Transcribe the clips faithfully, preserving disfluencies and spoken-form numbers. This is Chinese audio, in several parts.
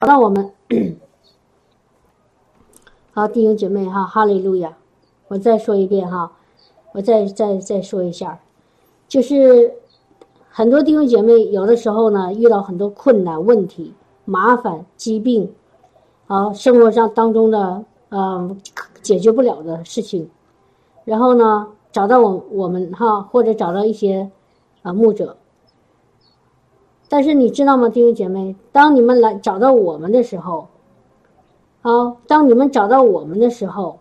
找到我们。好，弟兄姐妹哈，哈利路亚！我再说一遍哈，我再再再说一下，就是很多弟兄姐妹有的时候呢遇到很多困难、问题、麻烦、疾病，啊，生活上当中的呃解决不了的事情，然后呢找到我我们哈，或者找到一些啊牧者。但是你知道吗，弟兄姐妹，当你们来找到我们的时候，啊，当你们找到我们的时候，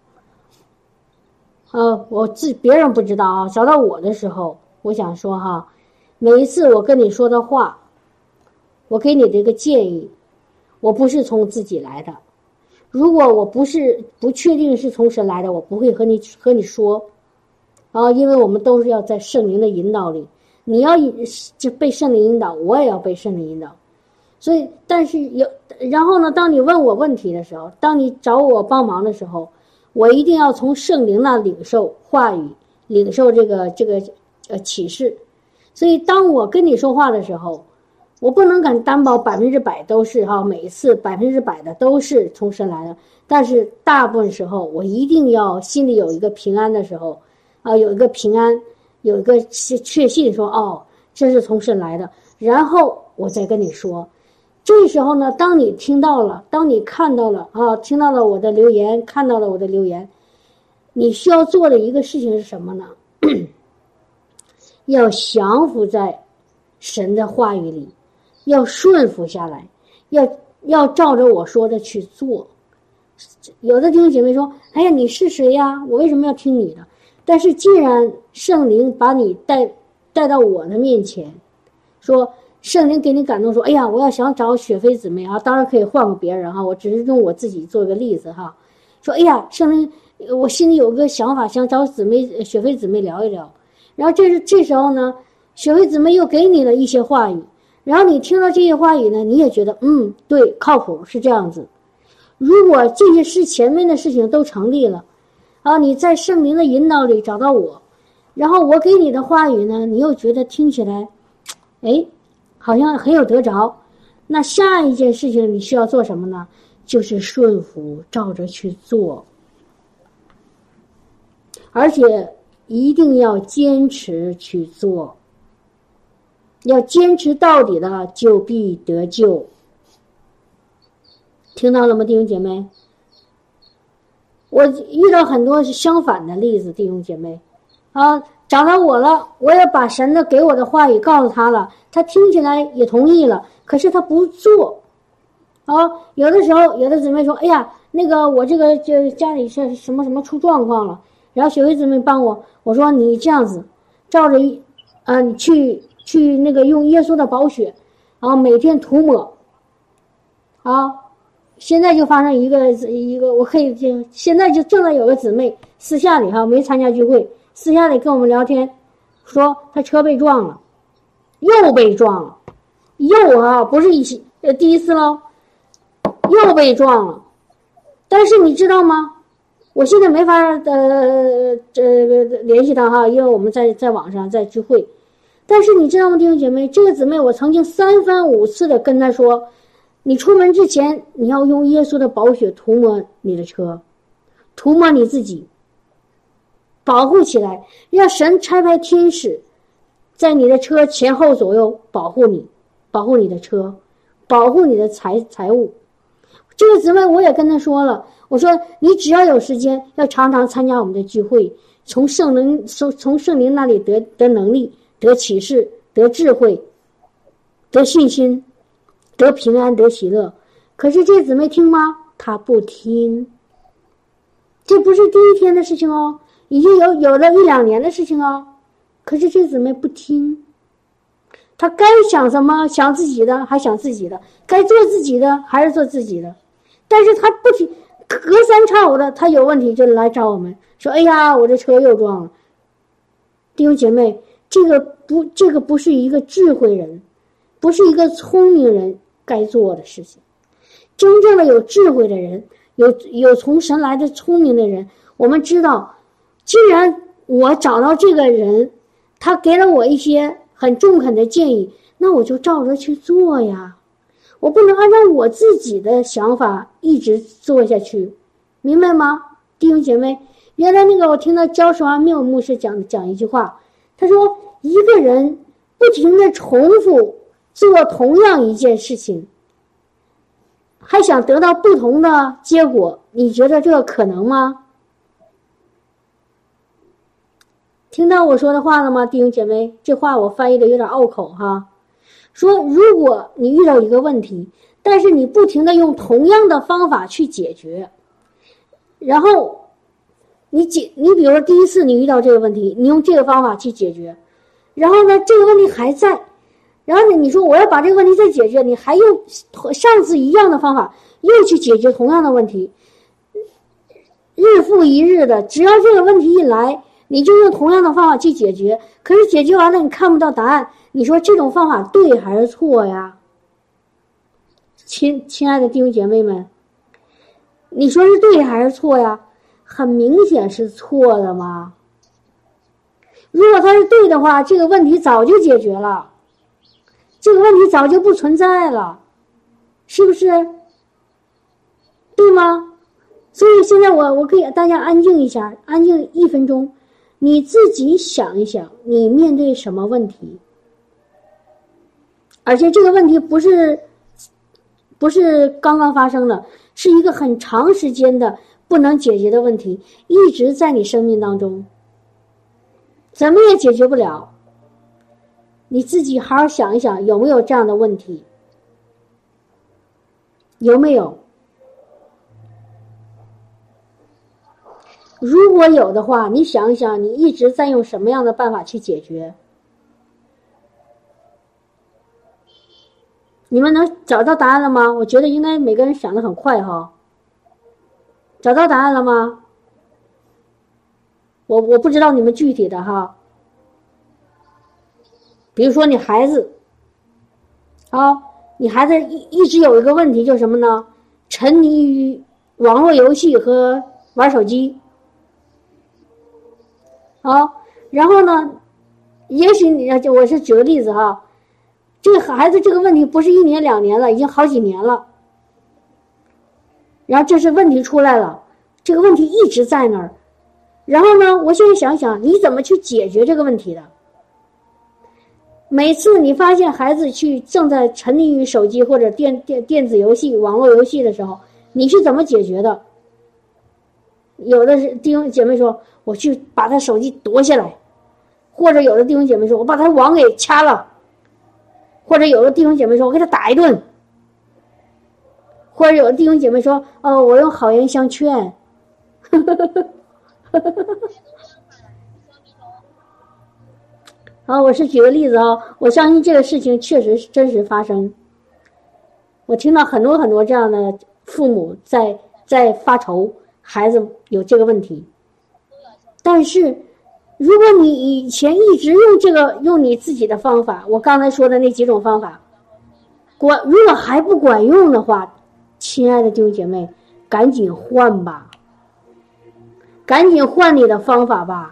呃，我自别人不知道啊，找到我的时候，我想说哈，每一次我跟你说的话，我给你的一个建议，我不是从自己来的。如果我不是不确定是从神来的，我不会和你和你说，啊，因为我们都是要在圣灵的引导里。你要就被圣灵引导，我也要被圣灵引导。所以，但是有，然后呢，当你问我问题的时候，当你找我帮忙的时候，我一定要从圣灵那领受话语，领受这个这个呃启示。所以，当我跟你说话的时候，我不能敢担保百分之百都是哈，每一次百分之百的都是从神来的。但是大部分时候，我一定要心里有一个平安的时候，啊，有一个平安。有一个确信说哦，这是从神来的，然后我再跟你说。这时候呢，当你听到了，当你看到了啊，听到了我的留言，看到了我的留言，你需要做的一个事情是什么呢？要降服在神的话语里，要顺服下来，要要照着我说的去做。有的弟兄姐妹说，哎呀，你是谁呀？我为什么要听你的？但是既然圣灵把你带带到我的面前，说圣灵给你感动说，哎呀，我要想找雪菲姊妹啊，当然可以换个别人哈，我只是用我自己做一个例子哈。说哎呀，圣灵，我心里有个想法，想找姊妹雪菲姊妹聊一聊。然后这是这时候呢，雪菲姊妹又给你了一些话语，然后你听到这些话语呢，你也觉得嗯，对，靠谱，是这样子。如果这些事前面的事情都成立了。啊，你在圣灵的引导里找到我，然后我给你的话语呢，你又觉得听起来，哎，好像很有得着。那下一件事情你需要做什么呢？就是顺服，照着去做，而且一定要坚持去做，要坚持到底的，就必得救。听到了吗，弟兄姐妹？我遇到很多是相反的例子，弟兄姐妹，啊，找到我了，我也把神的给我的话语告诉他了，他听起来也同意了，可是他不做，啊，有的时候有的姊妹说，哎呀，那个我这个就家里是什么什么出状况了，然后雪薇姊妹帮我，我说你这样子，照着一，啊，你去去那个用耶稣的宝血，然后每天涂抹，啊。现在就发生一个一个，我可以就现在就正在有个姊妹私下里哈没参加聚会，私下里跟我们聊天，说她车被撞了，又被撞了，又啊不是一起呃第一次喽，又被撞了。但是你知道吗？我现在没法呃这联系她哈，因为我们在在网上在聚会。但是你知道吗，弟兄姐妹，这个姊妹我曾经三番五次的跟她说。你出门之前，你要用耶稣的宝血涂抹你的车，涂抹你自己，保护起来，让神差派天使在你的车前后左右保护你，保护你的车，保护你的财财物。这个姊妹我也跟她说了，我说你只要有时间，要常常参加我们的聚会，从圣灵从从圣灵那里得得能力，得启示，得智慧，得信心。得平安，得喜乐。可是这姊妹听吗？她不听。这不是第一天的事情哦，已经有有了一两年的事情哦。可是这姊妹不听，她该想什么想自己的还想自己的，该做自己的还是做自己的。但是她不听，隔三差五的她有问题就来找我们说，哎呀，我这车又撞了。弟兄姐妹，这个不这个不是一个智慧人，不是一个聪明人该做的事情。真正的有智慧的人，有有从神来的聪明的人，我们知道，既然我找到这个人，他给了我一些很中肯的建议，那我就照着去做呀。 我不能按照我自己的想法一直做下去，明白吗？弟兄姐妹，原来那个我听到焦守安缪牧师讲讲一句话，他说一个人不停地重复做同样一件事情，还想得到不同的结果，你觉得这个可能吗？听到我说的话了吗，弟兄姐妹？这话我翻译的有点拗口哈。说如果你遇到一个问题，但是你不停地用同样的方法去解决，然后你解你比如说第一次你遇到这个问题，你用这个方法去解决，然后呢这个问题还在，然后呢你说我要把这个问题再解决，你还用上次一样的方法又去解决同样的问题，日复一日的，只要这个问题一来，你就用同样的方法去解决，可是解决完了你看不到答案，你说这种方法对还是错呀？亲亲爱的弟兄姐妹们，你说是对还是错呀？很明显是错的嘛。如果它是对的话，这个问题早就解决了，这个问题早就不存在了，是不是？对吗？所以现在我我可以大家安静一下，安静一分钟，你自己想一想，你面对什么问题？而且这个问题不是不是刚刚发生的，是一个很长时间的不能解决的问题，一直在你生命当中，怎么也解决不了。你自己好好想一想，有没有这样的问题？有没有？如果有的话，你想一想，你一直在用什么样的办法去解决？你们能找到答案了吗？我觉得应该每个人想得很快哈。找到答案了吗？我我不知道你们具体的哈。比如说你孩子，啊，你孩子一一直有一个问题，就是什么呢？沉迷于网络游戏和玩手机。好，然后呢，也许你就我是举个例子哈，这个孩子这个问题不是一年两年了，已经好几年了。然后这是问题出来了，这个问题一直在那儿。然后呢，我现在想想，你怎么去解决这个问题的？每次你发现孩子去正在沉溺于手机或者电电电子游戏、网络游戏的时候，你是怎么解决的？有的是弟兄姐妹说，我去把他手机夺下来，或者有的弟兄姐妹说，我把他网给掐了，或者有的弟兄姐妹说，我给他打一顿，或者有的弟兄姐妹说，哦，我用好言相劝。好，我是举个例子啊，我相信这个事情确实是真实发生。我听到很多很多这样的父母在在发愁孩子有这个问题，但是如果你以前一直用这个用你自己的方法，我刚才说的那几种方法，管如果还不管用的话，亲爱的弟兄姐妹，赶紧换吧，赶紧换你的方法吧。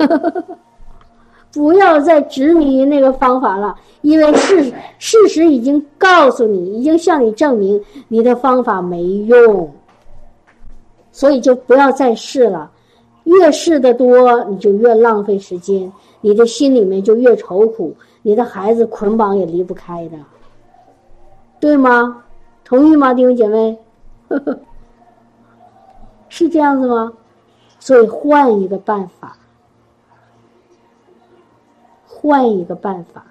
不要再执迷于那个方法了，因为事事实已经告诉你，已经向你证明你的方法没用，所以就不要再试了。越试的多，你就越浪费时间，你的心里面就越愁苦，你的孩子捆绑也离不开的，对吗？同意吗，弟兄姐妹？是这样子吗？所以换一个办法。换一个办法，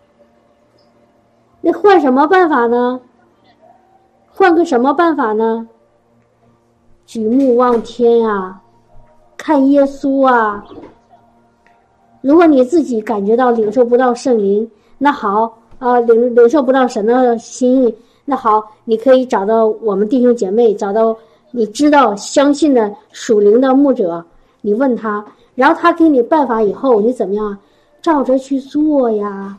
那换什么办法呢？换个什么办法呢？举目望天啊，看耶稣啊。如果你自己感觉到领受不到圣灵，那好啊、呃，领领受不到神的心意，那好，你可以找到我们弟兄姐妹，找到你知道相信的属灵的牧者，你问他，然后他给你办法以后，你怎么样？照着去做呀。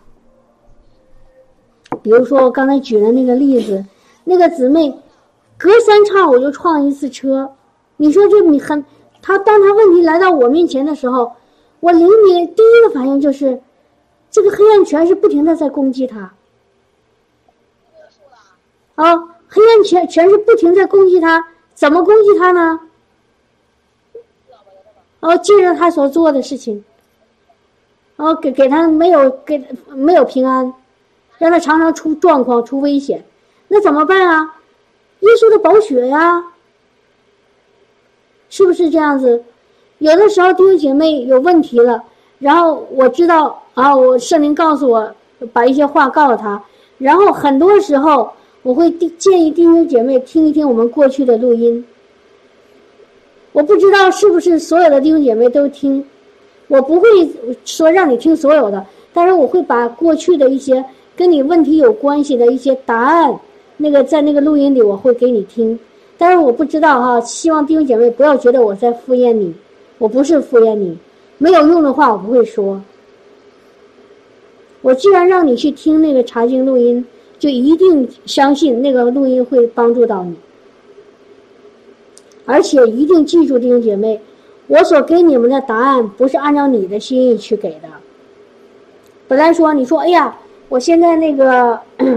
比如说我刚才举的那个例子，那个姊妹隔三差五就撞一次车，你说这你很，他当他问题来到我面前的时候，我灵敏第一个反应就是这个黑暗权是不停的在攻击他啊，黑暗全全是不停在攻击他，怎么攻击他呢？哦，借着他所做的事情，哦，给给他没有给没有平安，让他常常出状况、出危险，那怎么办啊？耶稣的宝血呀，是不是这样子？有的时候弟兄姐妹有问题了，然后我知道啊，我圣灵告诉我把一些话告诉他，然后很多时候我会建议弟兄姐妹听一听我们过去的录音。我不知道是不是所有的弟兄姐妹都听，我不会说让你听所有的，但是我会把过去的一些跟你问题有关系的一些答案，那个在那个录音里我会给你听。但是我不知道哈，希望弟兄姐妹不要觉得我在敷衍你，我不是敷衍你，没有用的话我不会说。我既然让你去听那个查经录音，就一定相信那个录音会帮助到你。而且一定记住弟兄姐妹，我所给你们的答案不是按照你的心意去给的。本来说你说哎呀，我现在那个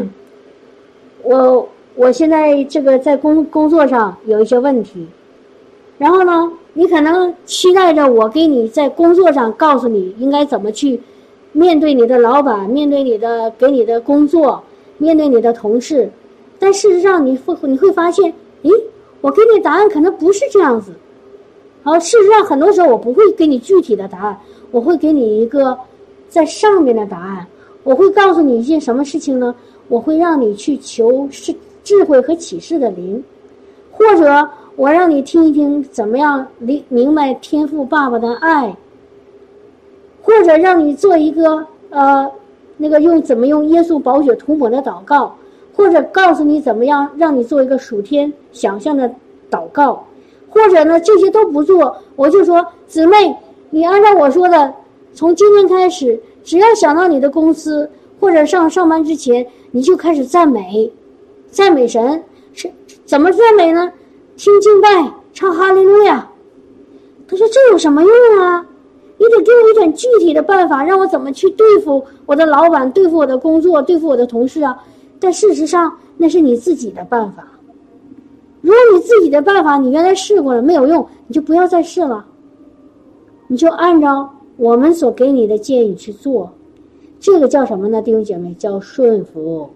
我我现在这个在工工作上有一些问题，然后呢你可能期待着我给你在工作上告诉你应该怎么去面对你的老板，面对你的给你的工作，面对你的同事，但事实上你会你会发现，诶，我给你答案可能不是这样子。好，事实上很多时候我不会给你具体的答案，我会给你一个在上面的答案。我会告诉你一件什么事情呢？我会让你去求是智慧和启示的灵，或者我让你听一听怎么样明白天父爸爸的爱，或者让你做一个呃那个用怎么用耶稣宝血涂抹的祷告，或者告诉你怎么样让你做一个属天想象的祷告，或者呢这些都不做，我就说姊妹，你按照我说的，从今天开始，只要想到你的公司或者上上班之前，你就开始赞美，赞美神。是怎么赞美呢？听敬拜，唱哈利路亚。他说这有什么用啊？你得给我一点具体的办法，让我怎么去对付我的老板，对付我的工作，对付我的同事啊。但事实上那是你自己的办法，如果你自己的办法你原来试过了没有用，你就不要再试了，你就按照我们所给你的建议去做。这个叫什么呢？弟兄姐妹，叫顺服。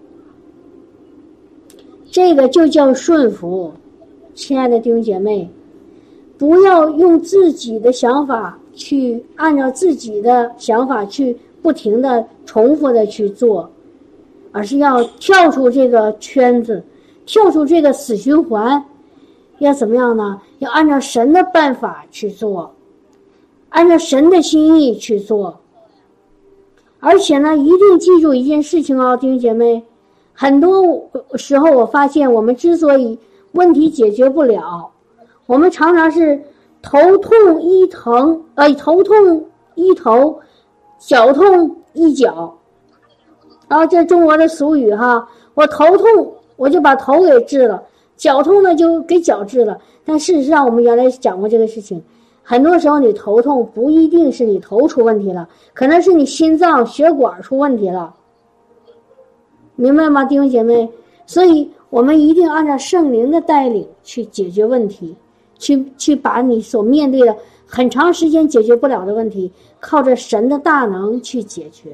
这个就叫顺服。亲爱的弟兄姐妹，不要用自己的想法去按照自己的想法去不停的重复的去做，而是要跳出这个圈子，跳出这个死循环。要怎么样呢？要按照神的办法去做，按照神的心意去做。而且呢，一定记住一件事情哦，弟兄姐妹，很多时候我发现我们之所以问题解决不了，我们常常是头痛医疼，呃，头痛医头，脚痛医脚。然后这中国的俗语哈，我头痛我就把头给治了，脚痛呢就给脚治了。但事实上我们原来讲过这个事情，很多时候你头痛不一定是你头出问题了，可能是你心脏血管出问题了，明白吗，弟兄姐妹？所以我们一定按照圣灵的带领去解决问题，去去把你所面对的很长时间解决不了的问题，靠着神的大能去解决，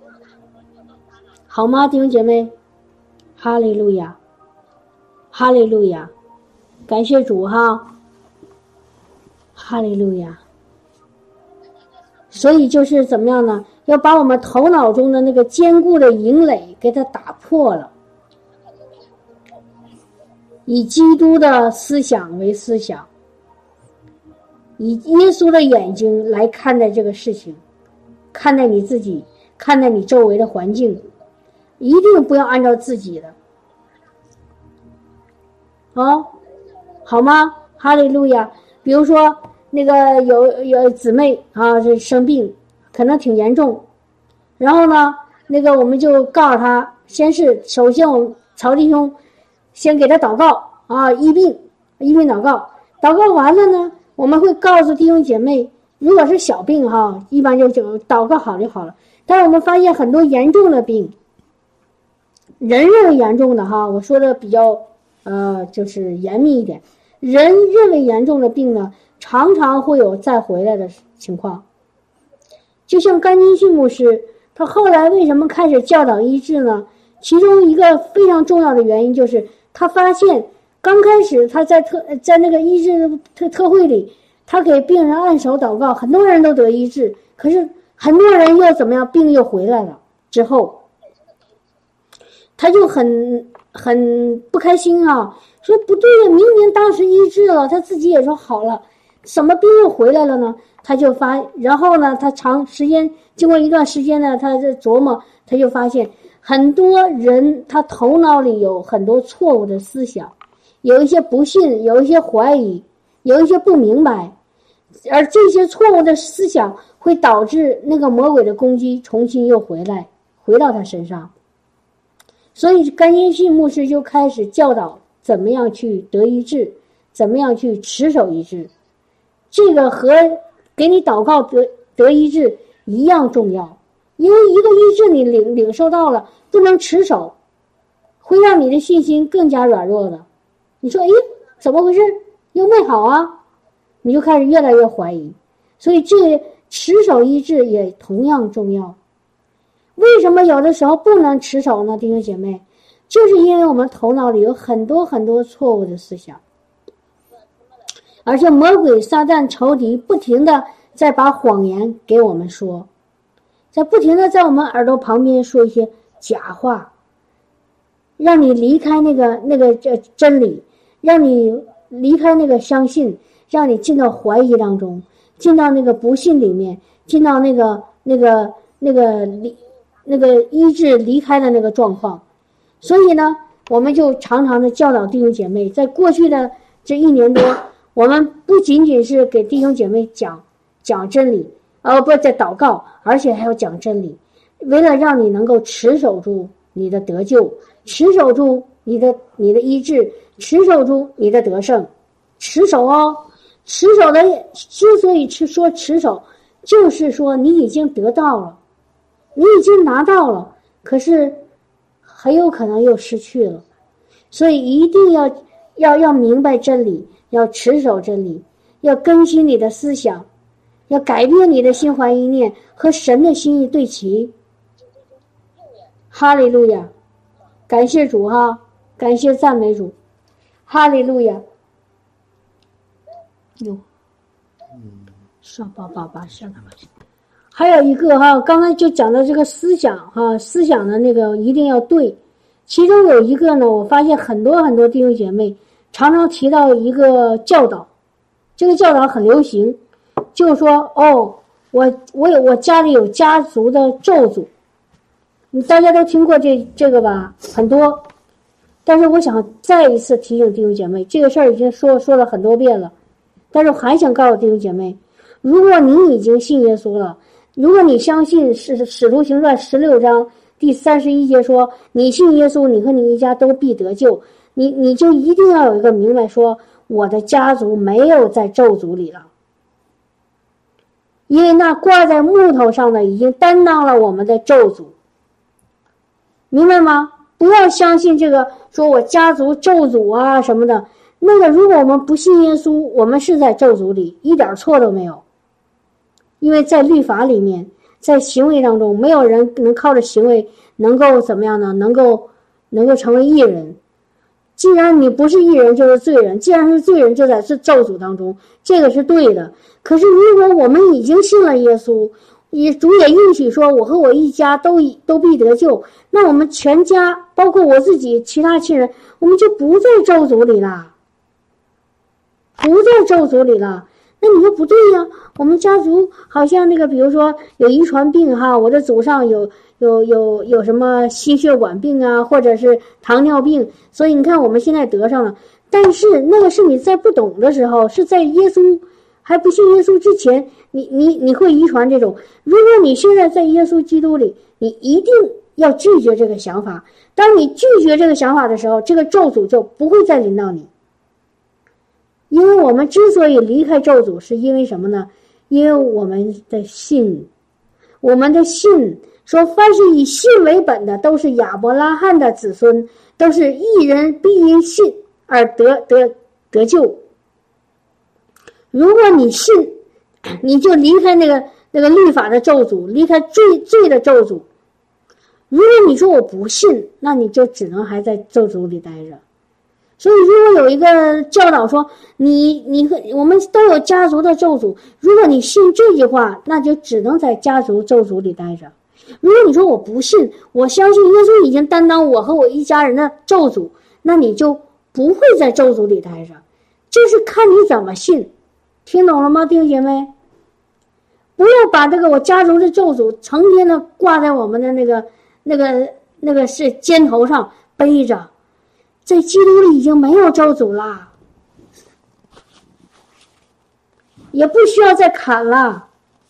好吗，弟兄姐妹？哈利路亚，哈利路亚，感谢主哈，哈利路亚。所以就是怎么样呢？要把我们头脑中的那个坚固的营垒给它打破了，以基督的思想为思想，以耶稣的眼睛来看待这个事情，看待你自己，看待你周围的环境，一定不要按照自己的，哦，好吗？哈利路亚。比如说那个有有姊妹啊，这生病可能挺严重，然后呢那个我们就告诉他，先是首先我们曹弟兄先给他祷告啊，医病医病祷告，祷告完了呢，我们会告诉弟兄姐妹，如果是小病哈，一般就就祷告好就好了。但是我们发现很多严重的病， 人认为严重的哈，我说的比较呃就是严密一点，人认为严重的病呢，常常会有再回来的情况。就像甘金训牧师，他后来为什么开始教导医治呢？其中一个非常重要的原因就是他发现，刚开始他在特在那个医治特特会里，他给病人按手祷告，很多人都得医治，可是很多人又怎么样，病又回来了。之后，他就很很不开心啊，说不对呀，明明当时医治了，他自己也说好了，什么病又回来了呢？他就发，然后呢，他长时间经过一段时间呢，他在琢磨，他就发现很多人他头脑里有很多错误的思想，有一些不信，有一些怀疑，有一些不明白，而这些错误的思想会导致那个魔鬼的攻击重新又回来，回到他身上。所以甘因训牧师就开始教导怎么样去得医治，怎么样去持守医治，这个和给你祷告得得医治一样重要，因为一个医治你领领受到了，不能持守，会让你的信心更加软弱的。你说，哎，怎么回事？又没好啊，你就开始越来越怀疑。所以这持守医治也同样重要。为什么有的时候不能持守呢？弟兄姐妹，就是因为我们头脑里有很多很多错误的思想，而且魔鬼撒旦仇敌不停的在把谎言给我们说，在不停的在我们耳朵旁边说一些假话，让你离开那个那个这真理，让你离开那个相信，让你进到怀疑当中，进到那个不信里面，进到那个那个那个离那个医治离开的那个状况。所以呢，我们就常常的教导弟兄姐妹，在过去的这一年多，我们不仅仅是给弟兄姐妹讲讲真理，而不在祷告，而且还要讲真理，为了让你能够持守住你的得救，持守住你的你的医治，持守住你的得胜，持守哦，持守的之所以说持守，就是说你已经得到了，你已经拿到了，可是很有可能又失去了，所以一定要要要明白真理，要持守真理，要更新你的思想，要改变你的心怀意念，和神的心意对齐。哈利路亚，感谢主哈，感谢赞美主，哈利路亚。哟，上八八八下他吧。还有一个哈，刚才就讲到这个思想哈，思想的那个一定要对。其中有一个呢，我发现很多很多弟兄姐妹常常提到一个教导，这个教导很流行，就是说哦，我我有我家里有家族的咒诅，你大家都听过这这个吧？很多。但是我想再一次提醒弟兄姐妹，这个事儿已经说说了很多遍了，但是我还想告诉弟兄姐妹，如果你已经信耶稣了，如果你相信是使徒行传十六章第三十一节说，你信耶稣，你和你一家都必得救，你你就一定要有一个明白说，我的家族没有在咒诅里了，因为那挂在木头上的已经担当了我们的咒诅，明白吗？不要相信这个说我家族咒诅啊什么的，那个如果我们不信耶稣，我们是在咒诅里，一点错都没有。因为在律法里面，在行为当中，没有人能靠着行为能够怎么样呢？能够能够成为义人。既然你不是义人，就是罪人；既然是罪人，就在这咒诅当中，这个是对的。可是如果我们已经信了耶稣，也主也应许说，我和我一家都都必得救，那我们全家，包括我自己、其他亲人，我们就不在咒诅里了，不在咒诅里了。那你说不对呀、啊？我们家族好像那个，比如说有遗传病哈，我的祖上有有有有什么心血管病啊，或者是糖尿病，所以你看我们现在得上了。但是那个是你在不懂的时候，是在耶稣还不信耶稣之前，你你你会遗传这种。如果你现在在耶稣基督里，你一定要拒绝这个想法。当你拒绝这个想法的时候，这个咒诅就不会再临到你。因为我们之所以离开咒诅，是因为什么呢？因为我们的信，我们的信说凡是以信为本的，都是亚伯拉罕的子孙，都是义人必因信而得得得救。如果你信，你就离开那个那个律法的咒诅，离开罪罪的咒诅。如果你说我不信，那你就只能还在咒诅里待着。所以如果有一个教导说你你和我们都有家族的咒诅，如果你信这句话，那就只能在家族咒诅里待着。如果你说我不信，我相信耶稣已经担当我和我一家人的咒诅，那你就不会在咒诅里待着。就是看你怎么信。听懂了吗，弟兄姐妹？不要把这个我家族的咒诅成天的挂在我们的那个那个那个是肩头上背着，在基督里已经没有咒诅啦，也不需要再砍了。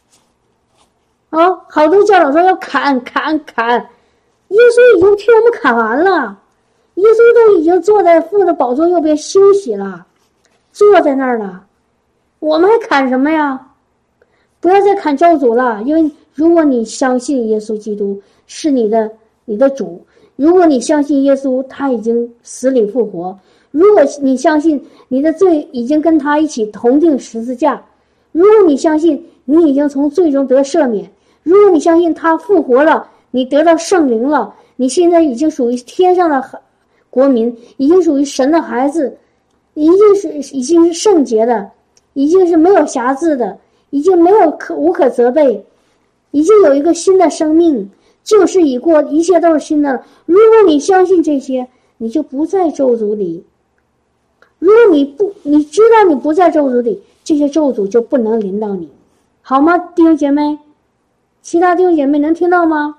啊，好多教导说要砍砍砍，耶稣已经替我们砍完了，耶稣都已经坐在父的宝座右边休息了，坐在那儿了，我们还砍什么呀？不要再砍咒诅了，因为如果你相信耶稣基督是你的你的主，如果你相信耶稣他已经死里复活，如果你相信你的罪已经跟他一起同定十字架，如果你相信你已经从罪中得赦免，如果你相信他复活了，你得到圣灵了，你现在已经属于天上的国民，已经属于神的孩子，已经是已经是圣洁的，已经是没有瑕疵的，已经没有可无可责备，已经有一个新的生命，旧事已过，一切都是新的了。如果你相信这些，你就不在咒诅里。如果你不你知道你不在咒诅里，这些咒诅就不能临到你，好吗，弟兄姐妹？其他弟兄姐妹能听到吗？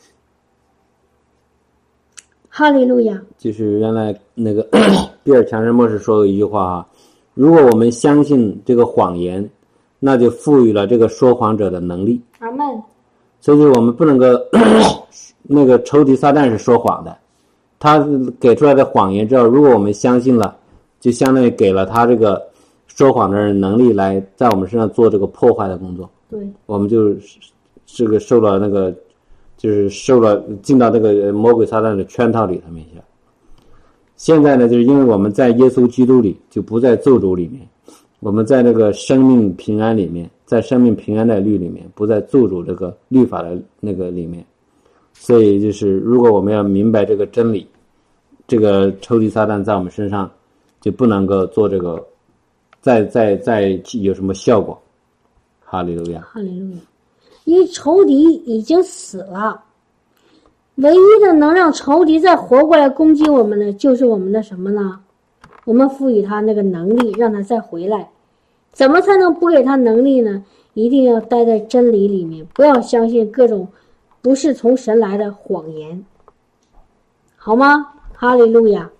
哈利路亚。 就是原来那个比尔强生牧师说过一句话啊，如果我们相信这个谎言，那就赋予了这个说谎者的能力。 阿们。 所以我们不能够那个仇敌撒旦是说谎的，他给出来的谎言之后，如果我们相信了，就相当于给了他这个说谎的人能力来在我们身上做这个破坏的工作。 对， 我们就这个受了那个就是受了进到这个魔鬼撒旦的圈套里头面去了。现在呢，就是因为我们在耶稣基督里，就不在咒诅里面，我们在那个生命平安里面，在生命平安的律里面，不在咒诅这个律法的那个里面。所以就是如果我们要明白这个真理，这个仇敌撒旦在我们身上就不能够做这个再再再有什么效果。哈利路亚， 哈利路亚。因为仇敌已经死了，唯一的能让仇敌再活过来攻击我们的，就是我们的什么呢？我们赋予他那个能力，让他再回来。怎么才能不给他能力呢？一定要待在真理里面，不要相信各种不是从神来的谎言，好吗？哈利路亚。